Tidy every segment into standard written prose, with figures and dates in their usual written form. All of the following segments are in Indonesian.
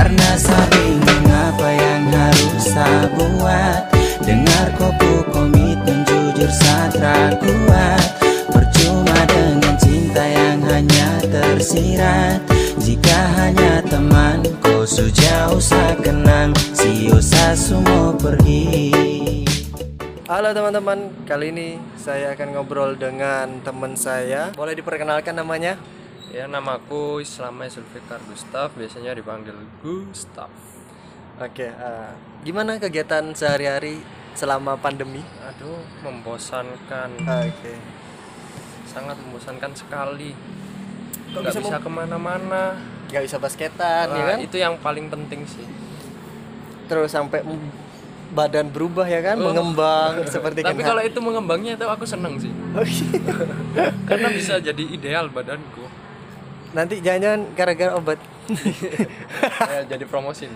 Karena saya bingung apa yang harus saya buat. Dengar kopu komitmen jujur saya kuat. Percuma dengan cinta yang hanya tersirat. Jika hanya teman kau sejauh saya kenang. Siosa semua pergi. Halo teman-teman, kali ini saya akan ngobrol dengan teman saya. Boleh diperkenalkan namanya? Ya, namaku Islamai Zulfikar Gustaf, biasanya dipanggil Gustaf. Oke, gimana kegiatan sehari-hari selama pandemi? Aduh, membosankan. Oke. Sangat membosankan sekali. Kok Nggak bisa kemana-mana. Nggak bisa basketan, ya Nah, kan? itu yang paling penting sih. Terus sampai badan berubah ya kan, Oh. mengembang seperti Tapi kalau itu mengembangnya itu aku seneng sih. Karena bisa jadi ideal badanku. Nanti jangan-jangan gara-gara obat. Ya, jadi promosin.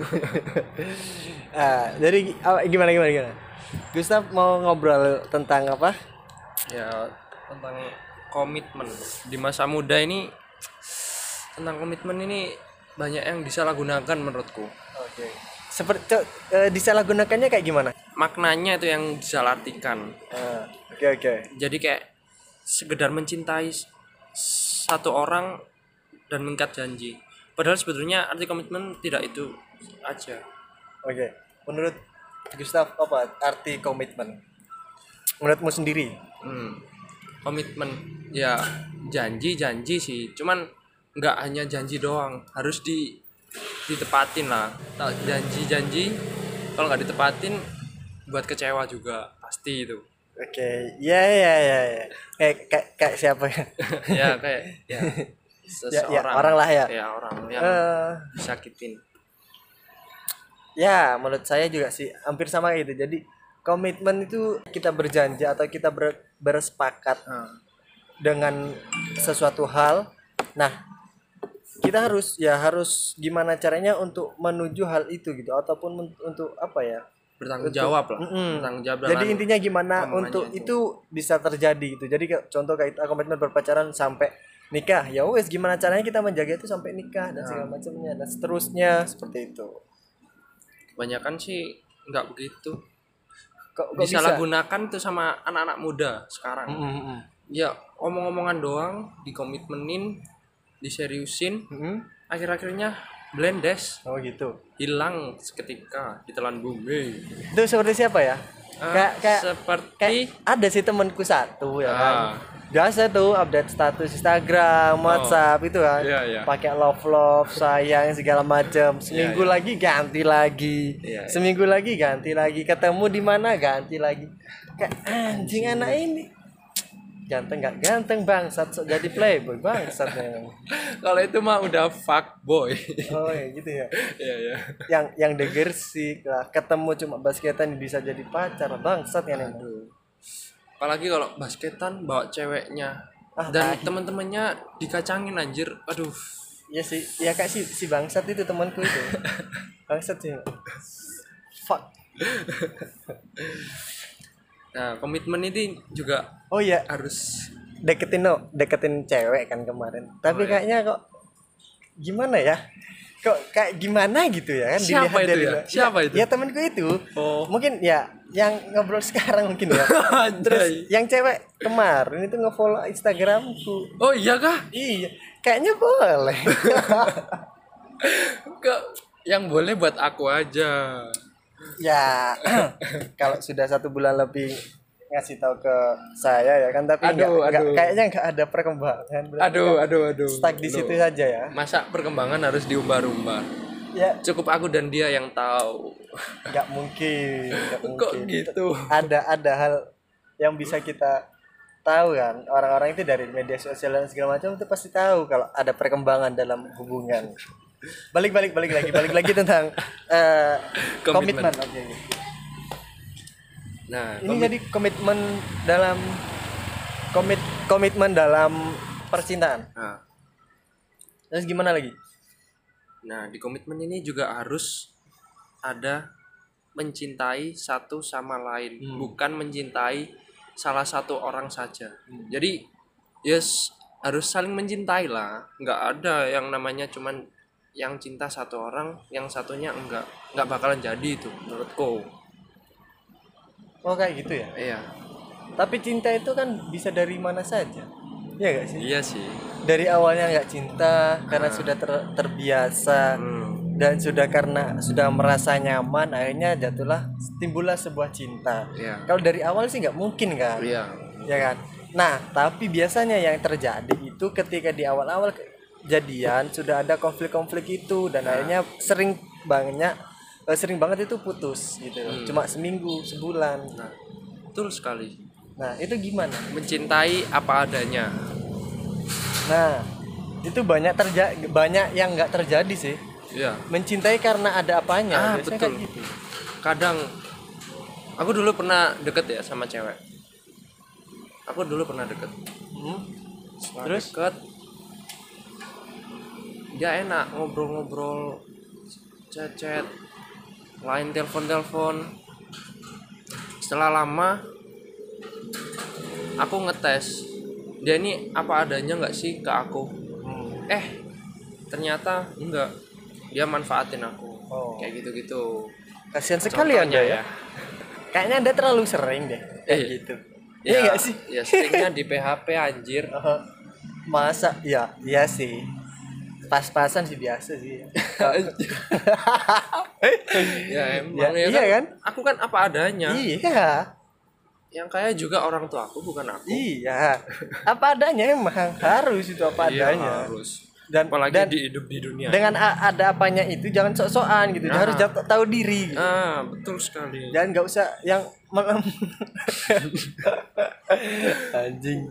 Jadi gimana? Gustaf mau ngobrol tentang apa? Ya, tentang komitmen di masa muda ini. Tentang komitmen ini banyak yang disalahgunakan menurutku. Oke. Seperti disalahgunakannya kayak gimana? Maknanya itu yang disalahartikan. Oke. Jadi kayak sekedar mencintai satu orang dan mengikat janji. Padahal sebetulnya arti komitmen tidak itu aja. Oke. Menurut Gustaf apa arti komitmen? Menurutmu sendiri? Komitmen ya janji sih. Cuman nggak hanya janji doang, harus ditepatin lah. Janji kalau nggak ditepatin buat kecewa juga pasti itu. Oke. Ya. Kayak siapa ya? Ya kayak ya seseorang orang lah ya. Ya orang yang disakitin. Ya, menurut saya juga sih hampir sama gitu. Jadi komitmen itu kita berjanji atau kita bersepakat dengan sesuatu hal. Nah, kita harus gimana caranya untuk menuju hal itu gitu, ataupun untuk apa ya? Bertanggung jawab lah. Bertanggung jawab. Jadi intinya gimana untuk itu bisa terjadi gitu. Jadi contoh kayak komitmen berpacaran sampai nikah. Ya wes gimana caranya kita menjaga itu sampai nikah dan segala macamnya dan seterusnya seperti itu. Kebanyakan sih nggak begitu. Kok Disalahgunakan tuh sama anak-anak muda sekarang. Ya omong-omongan doang, dikomitmenin, diseriusin, akhir-akhirnya blendes. Oh gitu. Hilang seketika ditelan bumi. Itu seperti siapa ya? Seperti Kayak ada sih temanku satu ya kan. Biasa tuh update status Instagram, WhatsApp itu kan. Iya. Pakai love, sayang segala macam. Seminggu lagi ganti lagi. Iya. Seminggu lagi ganti lagi. Ketemu di mana ganti lagi. Kayak anjing anak ini. Ganteng nggak ganteng bangsat, sok jadi playboy bangsat memang. kalau itu mah udah fuckboy. Oh ya gitu ya. Iya. Yang degersik lah, ketemu cuma basketan bisa jadi pacar bangsat ya memang. Apalagi kalau basketan bawa ceweknya dan teman-temannya dikacangin anjir. Aduh. Iya sih, ya kayak si bangsat itu temanku itu. Bangsat sih. Fuck. Nah, komitmen ini juga harus deketin cewek kan kemarin. Tapi kayaknya kok gimana ya? Kok kayak gimana gitu ya kan? Siapa itu ya? Siapa itu? Ya temanku itu. Oh. Mungkin ya yang ngobrol sekarang mungkin ya. Terus yang cewek kemarin itu nge-follow Instagramku. Oh iya kah? Iya, kayaknya boleh. Yang boleh buat aku aja. Ya, kalau sudah 1 bulan lebih ngasih tahu ke saya ya kan, tapi kayaknya nggak ada perkembangan. Aduh. Stuck di situ saja ya. Masa perkembangan harus diumbar-umbar? Ya, Cukup aku dan dia yang tahu. nggak mungkin. Kok gitu? Ada hal yang bisa kita tahu kan. Orang-orang itu dari media sosial dan segala macam itu pasti tahu kalau ada perkembangan dalam hubungan. Balik lagi tentang komitmen. Oke. Nah, Ini jadi komitmen dalam percintaan. Terus gimana lagi? Nah, di komitmen ini juga harus ada mencintai satu sama lain, bukan mencintai salah satu orang saja. Jadi, harus saling mencintai lah. Nggak ada yang namanya cuman yang cinta satu orang, yang satunya nggak bakalan jadi itu menurutku. Oh kayak gitu ya. Iya. Tapi cinta itu kan bisa dari mana saja. Iya gak sih? Iya sih. Dari awalnya nggak cinta karena sudah terbiasa dan karena sudah merasa nyaman, akhirnya timbullah sebuah cinta. Iya. Kalau dari awal sih nggak mungkin kan? Iya. Ya kan. Nah tapi biasanya yang terjadi itu ketika di awal-awal jadian sudah ada konflik-konflik itu dan akhirnya sering banget itu putus gitu. Cuma seminggu, sebulan. Nah, betul sekali. Nah itu gimana? Mencintai apa adanya. Nah itu banyak yang nggak terjadi sih. Iya. Mencintai karena ada apanya. Biasanya Betul. kayak gitu. Kadang aku dulu pernah deket ya sama cewek. Setelah Terus? deket, dia enak ngobrol-ngobrol, chat, lain telepon. Setelah lama aku ngetes dia ini apa adanya nggak sih ke aku. Ternyata enggak, dia manfaatin aku. Kayak gitu. Kasihan sekali Anda ya. Kayaknya Anda terlalu sering deh kayak gitu. Iya nggak sih? Ya seringnya di PHP anjir. Masa? Ya, iya sih. Pas-pasan sih biasa sih. Ya emang ya, iya kan? Aku kan apa adanya. Iya. Yang kaya juga orang tua aku, bukan aku. Iya. Apa adanya emang harus itu apa adanya. Harus. Dan apalagi di hidup di dunia. Dengan ada apanya itu jangan sok-sokan gitu. Harus tahu diri. Gitu. Betul sekali. Dan nggak usah yang anjing.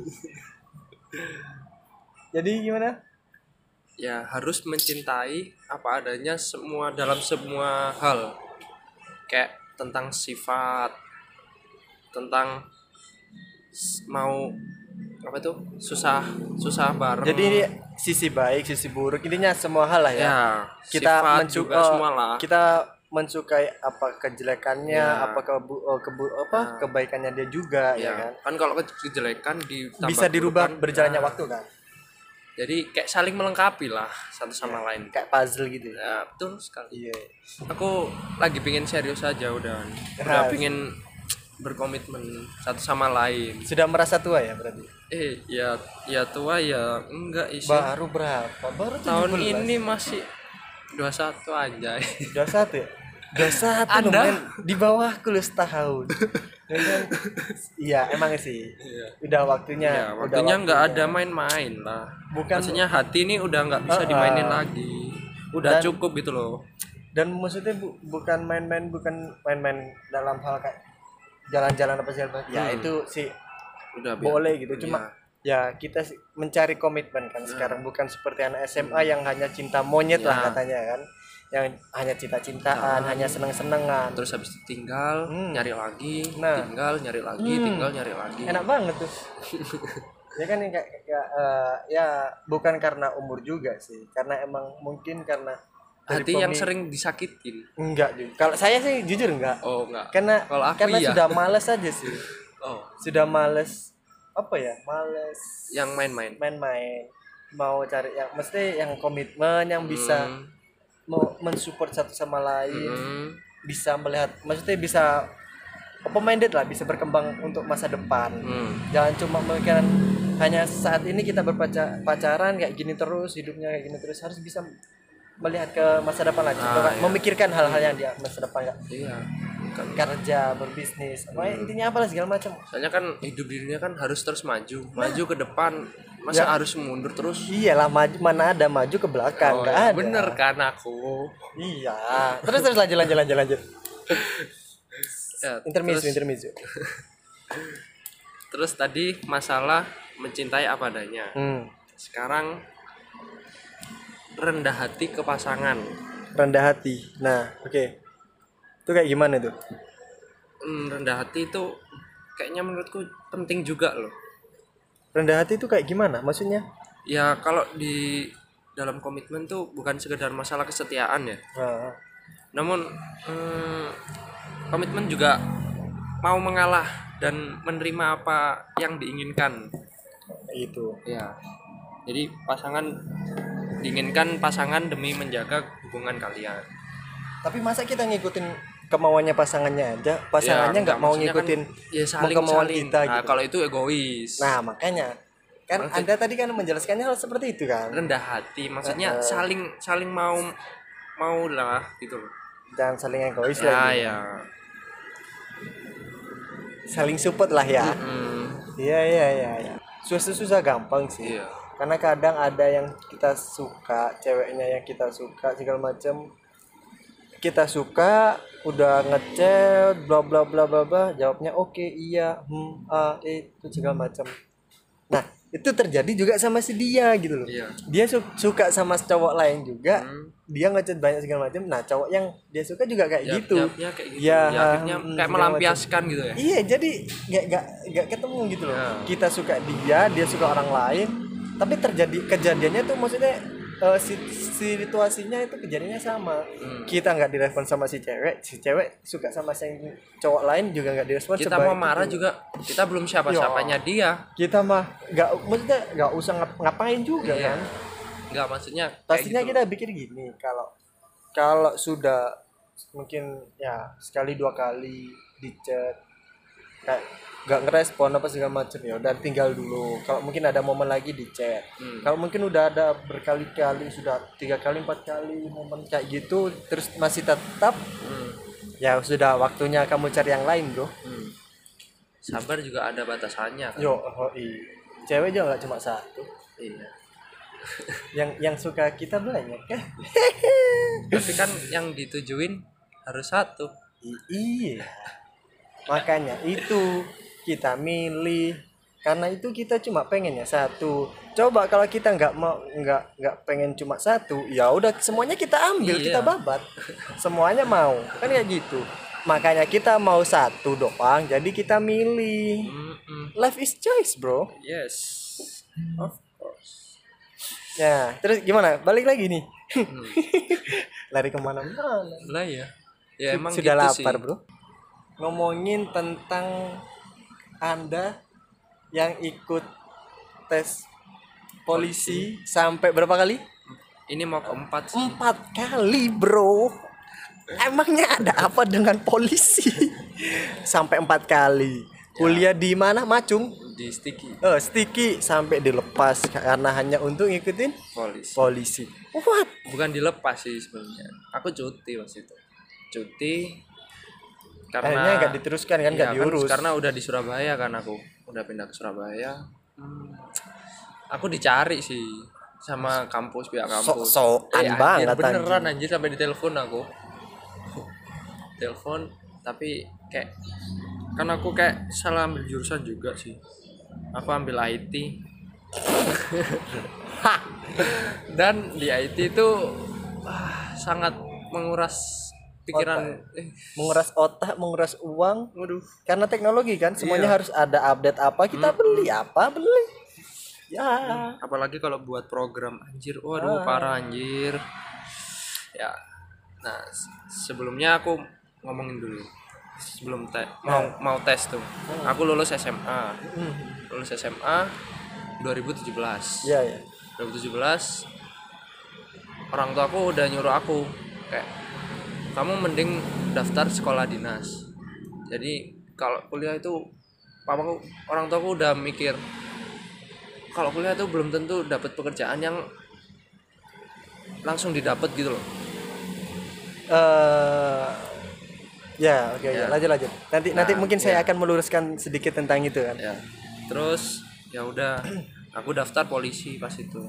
Jadi gimana? Ya harus mencintai apa adanya dalam semua hal. Kayak tentang sifat, tentang mau apa tuh susah bareng. Jadi ini sisi baik, sisi buruk, intinya semua hal lah ya. Kita semua lah. Kita mensukai apa kejelekannya, apa kebaikannya dia juga, ya kan. Kan kalau kejelekan bisa dirubah berjalannya waktu kan. Jadi kayak saling melengkapi lah satu sama lain. Kayak puzzle gitu. Ya betul sekali. Iya. Aku lagi pingin serius aja udah pingin berkomitmen satu sama lain. Sudah merasa tua ya berarti? Ya tua ya enggak isi. Baru berapa? Baru 17. Tahun ini masih 21 aja. 21 ya? 21 lumayan di bawahku lu setahun. Iya emang sih. Udah waktunya. Waktunya nggak ada main-main lah. Maksudnya hati ini udah nggak bisa dimainin lagi. Udah cukup gitu loh. Dan maksudnya bukan main-main dalam hal kayak jalan-jalan apa segala macam. Ya itu sih udah boleh gitu. Cuma ya kita mencari komitmen kan sekarang, bukan seperti anak SMA yang hanya cinta monyet lah katanya kan. Yang hanya cinta-cintaan, hanya seneng-senengan. Terus habis itu tinggal nyari lagi, tinggal nyari lagi. Enak banget tuh. Ya kan kayak ya bukan karena umur juga sih, karena emang mungkin karena hati yang sering disakitin. Enggak juga. Kalau saya sih jujur enggak. Oh, enggak. Karena sudah males aja sih. Sudah males apa ya? Males yang main-main. Mau cari yang mesti yang komitmen yang bisa mau mensupport satu sama lain. Bisa melihat, maksudnya bisa open-minded lah, bisa berkembang untuk masa depan. Jangan cuma memikirkan hanya saat ini kita berpacaran kayak gini terus, hidupnya kayak gini terus. Harus bisa melihat ke masa depan lagi, memikirkan hal-hal yang di masa depan kan. Kerja, berbisnis, intinya apalah segala macam. Soalnya kan hidup di dunia kan harus terus maju ke depan. Masa harus mundur terus? Iyalah, mana ada maju ke belakang, enggak ada. Bener kan aku. Iya. Terus lanjut. Ya, intermezzo. Terus tadi masalah mencintai apa adanya. Sekarang rendah hati ke pasangan. Rendah hati. Nah, oke. Itu kayak gimana tuh? Rendah hati itu kayaknya menurutku penting juga loh. Rendah hati itu kayak gimana? Maksudnya? Ya kalau di dalam komitmen tuh bukan sekedar masalah kesetiaan ya. Namun komitmen juga mau mengalah dan menerima apa yang diinginkan. Itu. Ya. Jadi pasangan diinginkan pasangan demi menjaga hubungan kalian. Tapi masa kita ngikutin kemauannya pasangannya aja, pasangannya nggak mau maksudnya ngikutin kan, ya saling, kemauan saling. kita Nah, gitu. kalau itu egois. Nah makanya kan Anda tadi kan menjelaskannya hal seperti itu kan. Rendah hati, maksudnya saling mau lah gitu loh. Jangan saling egois Ya lah. ya. Saling support lah ya. Iya. Susah gampang sih. Iya. Karena kadang ada yang kita suka, ceweknya yang kita suka segala macam. Kita suka, udah ngechat, bla bla bla bla bla, jawabnya oke, iya, itu segala macam. Nah, itu terjadi juga sama si dia gitu loh. Iya. Dia suka sama cowok lain juga, dia ngechat banyak segala macam. Nah, cowok yang dia suka juga kayak gitu. Ya kayak gitu. Ya, Ya, akhirnya kayak segala melampiaskan gitu ya. Iya, jadi nggak ketemu gitu loh. Ya. Kita suka dia suka orang lain, tapi terjadi kejadiannya tuh maksudnya situasinya itu kejadiannya sama. Kita nggak direspon sama si cewek suka sama si cowok lain juga nggak direspon. Kita mau marah juga, kita belum siapa-siapanya dia. Kita mah maksudnya nggak usah ngapain juga Iya. kan. Nggak, maksudnya kayak Pastinya gitu. kita pikir gini, kalau sudah mungkin ya sekali dua kali di chat kayak nggak ngerespon apa segala macam, ya udah tinggal dulu. Kalau mungkin ada momen lagi di chat, kalau mungkin udah ada berkali-kali, sudah 3 kali 4 kali momen kayak gitu terus masih tetap, ya sudah waktunya kamu cari yang lain bro. Sabar juga ada batasannya kan. Cewek juga nggak cuma satu, Iya. yang suka kita banyak kan. Tapi kan yang ditujuin harus satu. Iya, makanya itu kita milih, karena itu kita cuma pengennya satu. Coba kalau kita nggak pengen cuma satu, ya udah semuanya kita ambil. Iya. Kita babat semuanya mau kan kayak gitu. Makanya kita mau satu doang, jadi kita milih. Life is choice bro. Yes, of course. Ya terus gimana, balik lagi nih. Lari kemana-mana. Lah ya. Ya emang Sudah gitu lapar sih. bro. Ngomongin tentang Anda yang ikut tes polisi sampai berapa kali? Ini mau keempat sih. 4 kali bro. Emangnya ada apa dengan polisi? Sampai 4 kali. Kuliah di mana? Macung? Di sticky Sticky sampai dilepas karena hanya untuk ngikutin polisi. What? bukan dilepas sih sebenarnya. Aku cuti waktu itu. Cuti karena Akhirnya nggak diteruskan kan, nggak iya, diurus. karena udah di Surabaya kan, aku udah pindah ke Surabaya. Aku dicari sih sama kampus, pihak kampus. Sok-sokan banget, beneran anjing. anjir, sampai ditelepon aku. Telepon, tapi kayak kan aku kayak salah ambil jurusan juga sih. Aku ambil IT. Dan di IT itu sangat menguras pikiran. Menguras otak, menguras uang. Waduh. Karena teknologi kan, semuanya Iya. harus ada update apa, kita beli apa, beli. Ya. Apalagi kalau buat program, anjir, waduh parah anjir. Ya. Nah, sebelumnya aku ngomongin dulu. Sebelum mau tes tuh. Aku lulus SMA. Lulus SMA 2017. Iya. 2017 orang tua aku udah nyuruh aku kayak, kamu mending daftar sekolah dinas. Jadi kalau kuliah itu orang tua aku udah mikir kalau kuliah itu belum tentu dapat pekerjaan yang langsung didapat gitu loh. Ya, oke. Ya. Lanjut. Nanti mungkin saya akan meluruskan sedikit tentang itu kan. Ya. Terus ya udah, aku daftar polisi pas itu.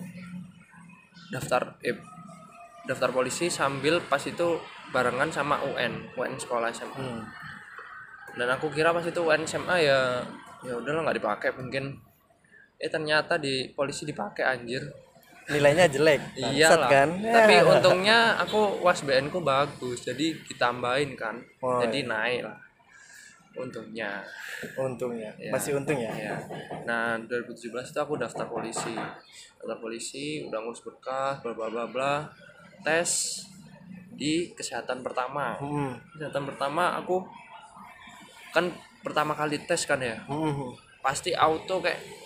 Daftar polisi sambil pas itu barengan sama UN sekolah SMA. Dan aku kira pas itu UN SMA ya udahlah nggak dipakai mungkin. Ternyata di polisi dipakai anjir. Nilainya jelek. Iyalah. Kan? Tapi untungnya aku UASBN ku bagus, jadi ditambahin kan. Oh, jadi naik lah. Untungnya. Ya. Masih untung ya. Ya. Nah, 2017 itu aku daftar polisi. Udah ngurus berkas, bla bla bla bla. Tes di kesehatan pertama. Kesehatan pertama aku kan pertama kali tes kan ya. Pasti auto kayak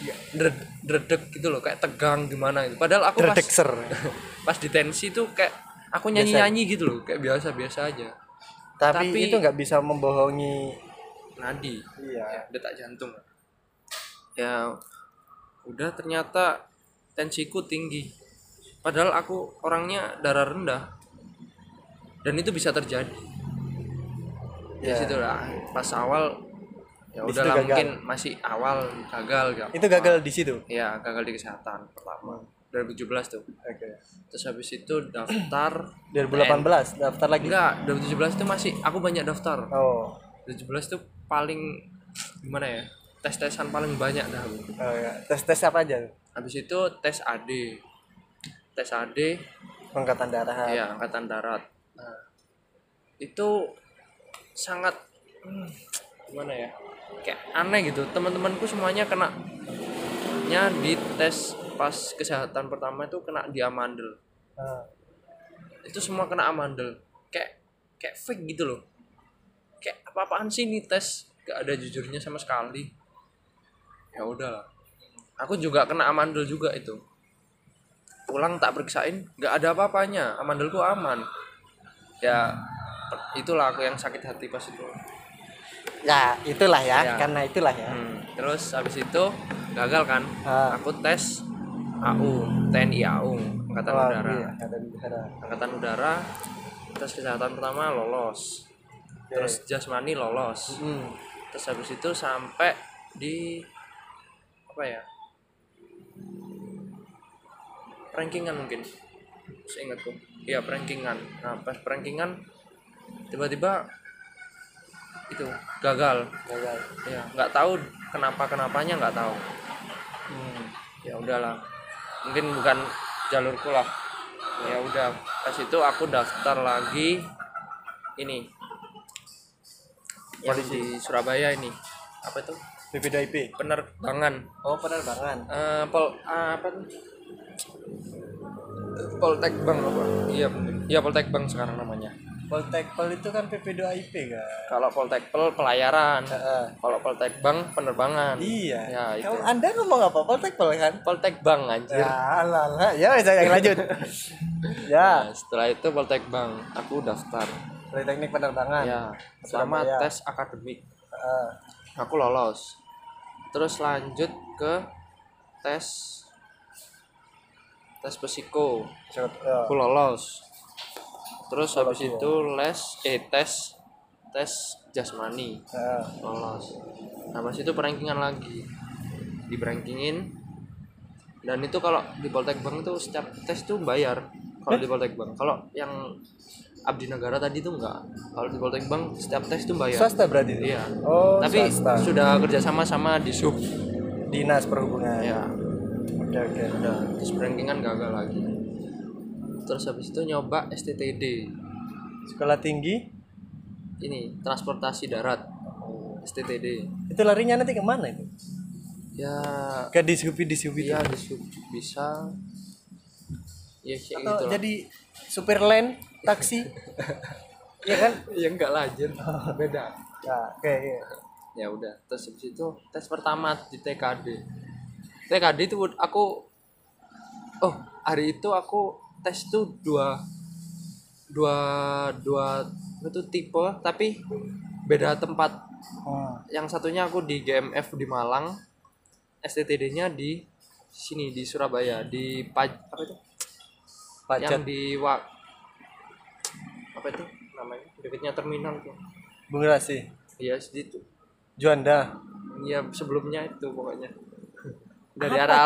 dredeg gitu loh, kayak tegang gimana gitu. Padahal aku pas Dredegser. pas di tensi tuh kayak aku nyanyi gitu loh, kayak biasa aja. Tapi itu nggak bisa membohongi nadi, iya. detak jantung. Ya udah, ternyata tensiku tinggi. Padahal aku orangnya darah rendah. Dan itu bisa terjadi. Ya situ lah. Pas awal ya udahlah, mungkin masih awal gagal gak. Itu gagal di situ. Ya, gagal di kesehatan pertama. 2017 tuh. Oke. Terus habis itu daftar 2018 daftar lagi. Enggak, 2017 itu masih aku banyak daftar. Oh. 2017 tuh paling gimana ya? Tes-tesan paling banyak dah aku. Oh ya. Tes apa aja? Habis itu tes AD. Tes AD Angkatan darat. ya, angkatan darat. Nah, itu sangat gimana ya? Kayak aneh gitu. Teman-temanku semuanya kena di tes pas kesehatan pertama itu kena di amandel. Itu semua kena amandel. Kayak fake gitu loh. Kayak apa-apaan sih ini tes? Gak ada jujurnya sama sekali. Ya udahlah. Aku juga kena amandel juga itu. Pulang tak periksain, gak ada apa-apanya. Amandelku aman. Ya itulah aku yang sakit hati pas itu. Ya, itulah ya. Karena itulah ya. Terus habis itu gagal kan? Aku tes AU, TNI AU, Angkatan Udara. Iya, Angkatan Udara. Tes kesehatan pertama lolos. Terus jasmani lolos. Terus habis itu sampai di apa ya? Rankingan mungkin. Seingatku. Iya, rankingan. Nah, pas rankingan tiba-tiba itu gagal. Ya, nggak tahu kenapanya nggak tahu. Ya udahlah. Mungkin bukan jalurku lah. Ya udah, pas itu aku daftar lagi ini. Yang di Surabaya ini. Apa itu? PPDIP. Penerbangan. Oh, penerbangan. Apa tuh? Poltekbang apa? Iya Poltekbang sekarang namanya. Poltekpel itu kan PPDIP kan. Kalau Poltekpel pelayaran. Kalau Poltekbang penerbangan. Iya. Ya, itu. Kamu Anda ngomong apa? Poltekpel kan? Poltekbang anjir. Ya, alah. Ya, saya lanjut. Ya. Nah, setelah itu Poltekbang, aku daftar. Politeknik penerbangan. Ya, sama tes akademik. Aku lolos. Terus lanjut ke tes psiko. Aku lolos. Terus habis itu tes jasmani. Lolos. Nah, habis itu perankingan lagi. Di perankingin. Dan itu kalau di Poltekbang itu setiap tes tuh bayar. Kalau di Poltekbang. Kalau yang Abdi Negara tadi tuh enggak. Kalau di Poltekbang setiap tes tuh bayar. Swasta berarti? Iya. Oh, tapi swasta. Sudah kerjasama sama di sub Dinas Perhubungan. ya. Oke. Udah, terus rankingan gagal lagi. Terus habis itu nyoba STTD. Sekolah tinggi Ini transportasi darat. STTD. itu larinya nanti kemana itu? Ya Ke dishub iya di sub bisa. Ya kayak atau gitu lah. jadi supir len taksi. Iya kan? Ya enggak lah anjir. Beda. Ya, oke. Ya udah, terus habis itu tes pertama di TKD itu aku hari itu aku tes tuh dua itu tipe tapi beda tempat. Yang satunya aku di GMF di Malang, STTD-nya di sini di Surabaya di apa itu? Pajak. Yang di apa itu namanya? Dekatnya terminal tuh. Bung Rasi. Iya, situ. Juanda. Iya, sebelumnya itu pokoknya. Dari arah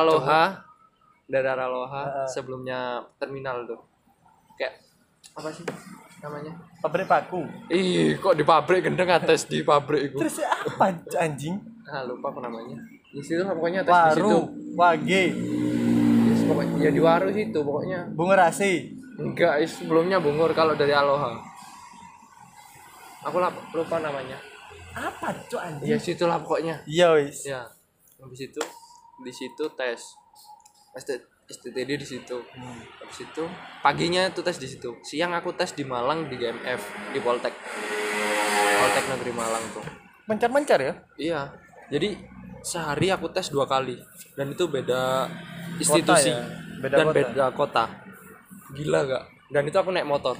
Aloha, sebelumnya terminal tuh. Kayak apa sih namanya? Pabrik paku. Ih, kok di pabrik gendeng tes di pabrik itu. Terus apa anjing? Lupa apa namanya. Di situ pokoknya tes di situ. Wage. Yes, pokoknya ya di Waru situ pokoknya. Bung Rasi. Enggak, sebelumnya Bungur kalau dari Aloha. Aku lupa namanya. Apa cok anjing? Ya situlah pokoknya. Iya wis. Ya. Habis itu di situ tes STTD di situ. Habis itu paginya tuh tes di situ. Siang aku tes di Malang di GMF di Poltek Negeri Malang tuh. Mencar-mencar ya? Iya. Jadi sehari aku tes 2 kali dan itu beda institusi ya? Beda dan kota. beda kota. Gila gak? Dan itu aku naik motor.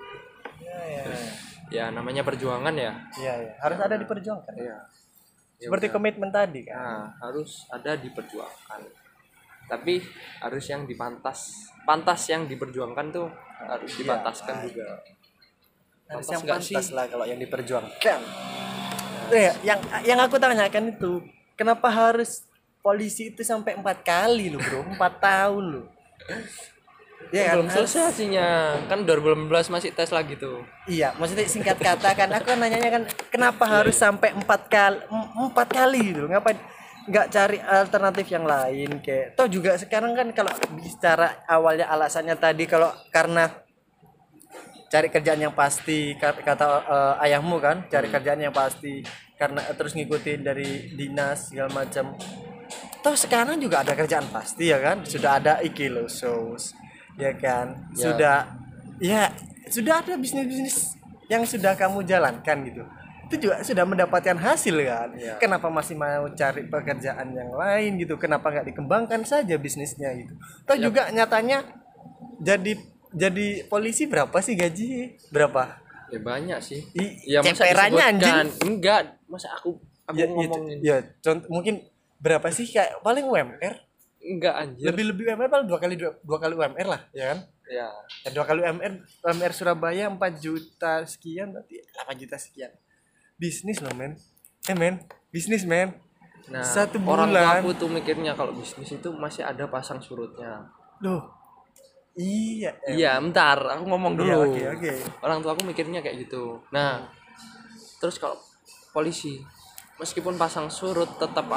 Ya namanya perjuangan ya. Iya. Harus ada diperjuangkan. Iya. Ya Seperti udah. komitmen tadi kan. Nah, harus ada diperjuangkan. Tapi harus yang pantas yang diperjuangkan tuh harus dipantaskan juga. Harus Pantas yang nggak pantas sih? lah kalau yang diperjuangkan. Yang aku tanyakan itu, kenapa harus polisi itu sampai 4 kali lo bro, 4 tahun lo? Ya Belum selesai hasilnya. Kan 2015 masih tes lagi tuh. Iya, maksudnya singkat kata kan, aku kan nanyanya kan kenapa harus sampai 4 kali gitu? Ngapain nggak cari alternatif yang lain kayak? Toh juga sekarang kan kalau bicara awalnya alasannya tadi kalau karena cari kerjaan yang pasti kata ayahmu kan, cari kerjaan yang pasti karena terus ngikutin dari dinas segala macam. Toh sekarang juga ada kerjaan pasti ya kan, sudah ada Ikilo Shows ya kan, Ya. sudah ada bisnis yang sudah kamu jalankan gitu, itu juga sudah mendapatkan hasil kan. Ya. Kenapa masih mau cari pekerjaan yang lain gitu? Kenapa nggak dikembangkan saja bisnisnya gitu? Toh Ya. juga nyatanya jadi polisi berapa sih gaji berapa? Ya banyak sih. Ya, ceperannya anjing. Enggak, masa aku ngomongin. Ya, contoh mungkin berapa sih kayak paling UMR? Enggak anjir. Lebih UMR paling dua kali UMR lah, ya kan? Ya. Ya, 2 kali UMR Surabaya 4 juta sekian, berarti 8 juta sekian. Bisnis loh men. Bisnis men. Nah, 1 orang tua bulan. aku tuh mikirnya kalau bisnis itu masih ada pasang surutnya. Loh. Iya. Iya, bentar, aku ngomong dulu. Iya, oke. Orang tua aku mikirnya kayak gitu. Nah, terus kalau polisi, meskipun pasang surut tetap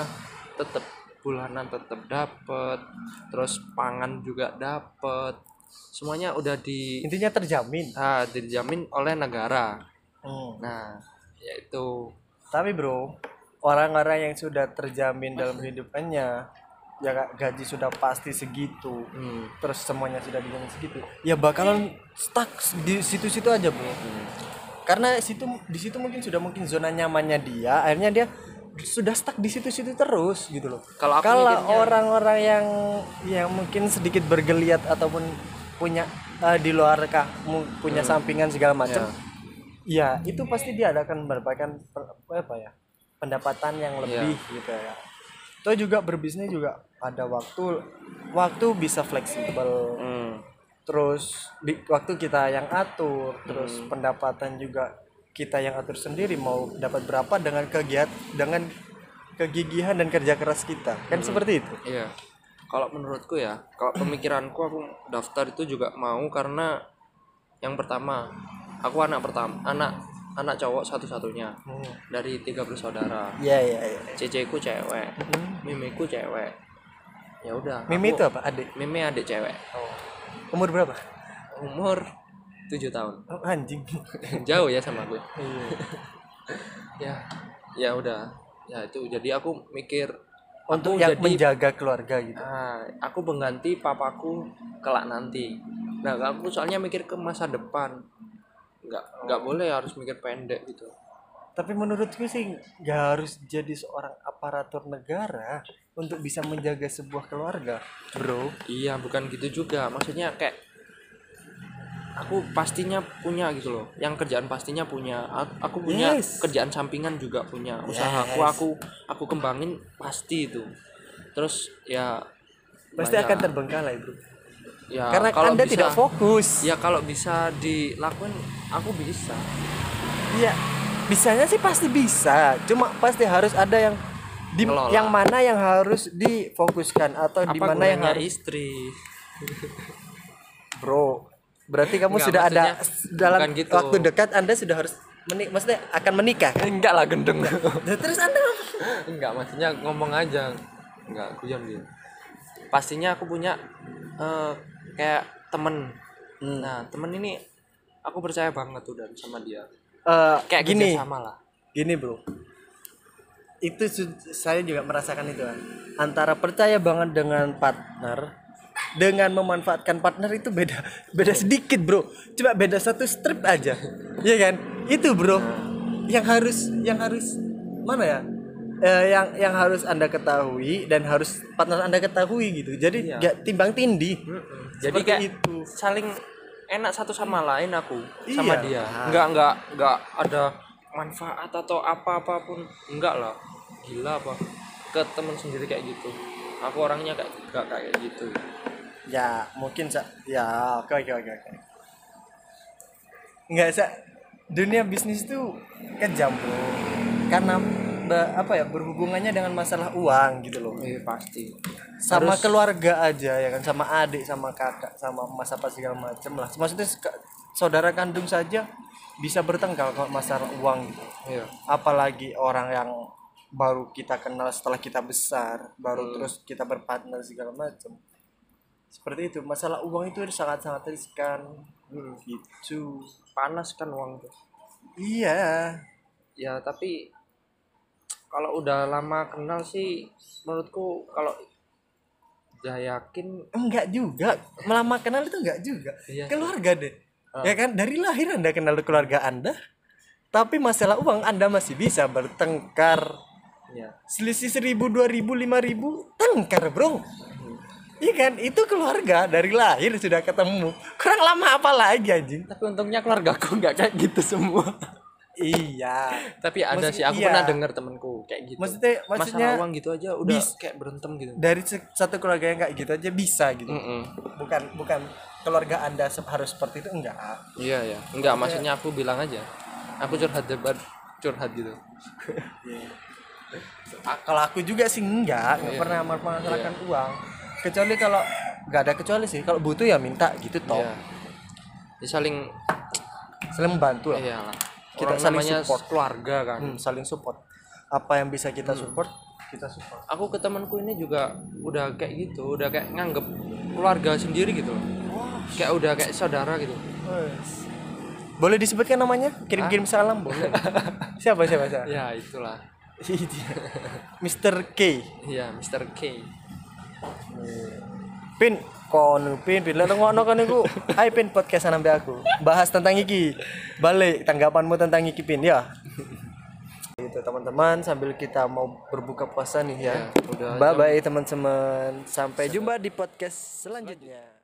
bulanan tetap dapet, terus pangan juga dapet, semuanya udah Intinya terjamin. dijamin oleh negara. Hmm. Nah, yaitu Tapi bro, orang-orang yang sudah terjamin dalam hidupannya, ya gaji sudah pasti segitu, terus semuanya sudah dijamin segitu, ya bakalan stuck di situ-situ aja bro. Karena di situ mungkin zona nyamannya dia, akhirnya dia sudah stuck di situ-situ terus gitu loh. Kalau aku Kalau mikirnya- orang-orang yang mungkin sedikit bergeliat ataupun punya di luar punya sampingan segala macam, ya itu pasti dia akan mendapatkan pendapatan yang lebih gitu ya. Itu juga berbisnis juga ada waktu bisa fleksibel. Terus waktu kita yang atur, terus pendapatan juga kita yang atur sendiri mau dapat berapa dengan kegigihan dan kerja keras kita. Kan seperti itu. iya. Kalau menurutku ya, kalau pemikiranku aku daftar itu juga mau karena yang pertama, aku anak cowok satu-satunya dari 3 bersaudara. Iya. Ceceku cewek, mimiku cewek. Ya udah. Mimi itu apa? Adik. Mimi adik cewek. Umur berapa? Umur 7 tahun. Oh, anjing. Jauh ya sama gue. Iya. Ya udah. Ya itu jadi aku mikir Untuk aku yang jadi menjaga keluarga gitu. aku mengganti papaku kelak nanti. Nah, aku soalnya mikir ke masa depan. Nggak boleh harus mikir pendek gitu. Tapi menurutku sih nggak harus jadi seorang aparatur negara untuk bisa menjaga sebuah keluarga, bro. Iya, bukan gitu juga. Maksudnya kayak aku pastinya punya gitu loh. Yang kerjaan pastinya punya. Aku punya kerjaan sampingan juga punya. Usahaku aku kembangin pasti itu. Terus ya Pasti akan terbengkalai, bro. Ya, Karena kalau Anda bisa, tidak fokus. Ya kalau bisa dilakuin aku bisa. Iya, bisanya sih pasti bisa. Cuma pasti harus ada yang Ngelola. yang mana yang harus difokuskan atau di mana yang gunanya harus, istri? bro. Berarti kamu Enggak, sudah ada maksudnya dalam bukan gitu. waktu dekat Anda sudah harus maksudnya akan menikah. Enggak lah, gendeng. Terus Anda Enggak, maksudnya ngomong aja. Enggak, guyon gitu. Pastinya aku punya kayak temen. Nah, temen ini aku percaya banget tuh dan sama dia. Kayak gini. sama lah. Gini, bro. Itu saya juga merasakan itu kan. Antara percaya banget dengan partner dengan memanfaatkan partner itu beda sedikit, bro. Coba beda satu strip aja. Iya kan? Itu, bro. Yang harus mana ya? yang harus Anda ketahui dan harus partner Anda ketahui gitu. Jadi Iya. gak timbang tindih. Jadi Seperti kayak itu. saling enak satu sama lain aku Iya. sama dia. Enggak ada manfaat atau apa-apapun. Enggak lah. Gila apa? Ke teman sendiri kayak gitu. Aku orangnya kayak gitu. Ya mungkin ya oke. Nggak dunia bisnis tuh kejam bro, karena berhubungannya dengan masalah uang gitu loh. Pasti. Sama Harus- keluarga aja ya kan, sama adik, sama kakak, sama mas apa segala macem lah. Maksudnya saudara kandung saja bisa bertengkar kalau masalah uang gitu. Iya. Apalagi orang yang baru kita kenal setelah kita besar, baru terus kita berpartner segala macam. Seperti itu, masalah uang itu sangat-sangat riskan. Gitu. Panas kan uang tuh. Iya. Ya tapi kalau udah lama kenal sih menurutku kalau ya yakin Enggak juga, melama kenal itu enggak juga. Iya. Keluarga deh. Ya kan, dari lahir Anda kenal keluarga Anda, tapi masalah uang Anda masih bisa bertengkar. ya Selisih 1.000, 2.000, 5.000 tengkar bro. Iya kan, itu keluarga dari lahir sudah ketemu. Kurang lama apa lagi anjing? tapi untungnya keluarga aku nggak kayak gitu semua. Iya. Tapi ada Maksud- sih aku iya. pernah dengar temenku kayak gitu. Maksudnya masalah uang gitu aja udah kayak berantem gitu. dari satu keluarga yang kayak gitu aja bisa gitu. Mm-mm. Bukan keluarga Anda harus seperti itu, enggak. Iya ya. Enggak, maksudnya aku bilang aja. Aku curhat gitu. Kalau aku juga sih enggak pernah mempermasalahkan uang. Kecuali kalau enggak ada kecuali sih, kalau butuh ya minta gitu toh. Iya. Ya, saling Saling membantu lah. iyalah. Kita Orang saling namanya support. keluarga kan. Saling support. Apa yang bisa kita support, kita support. Aku ke temanku ini juga udah kayak gitu, udah kayak nganggep keluarga sendiri gitu loh. Kayak udah kayak saudara gitu. Boleh disebutkan namanya? Kirim-kirim salam boleh. Siapa? Ya itulah. Mr. K. Iya, Mr. K. Pin, Pin lah ngono kan iku. Hai Pin, podcast sampe aku. Bahas tentang iki. Balik tanggapanmu tentang iki Pin ya. Gitu teman-teman, sambil kita mau berbuka puasa nih ya. Ya, udah Bye bye teman-teman. Sampai jumpa di podcast selanjutnya.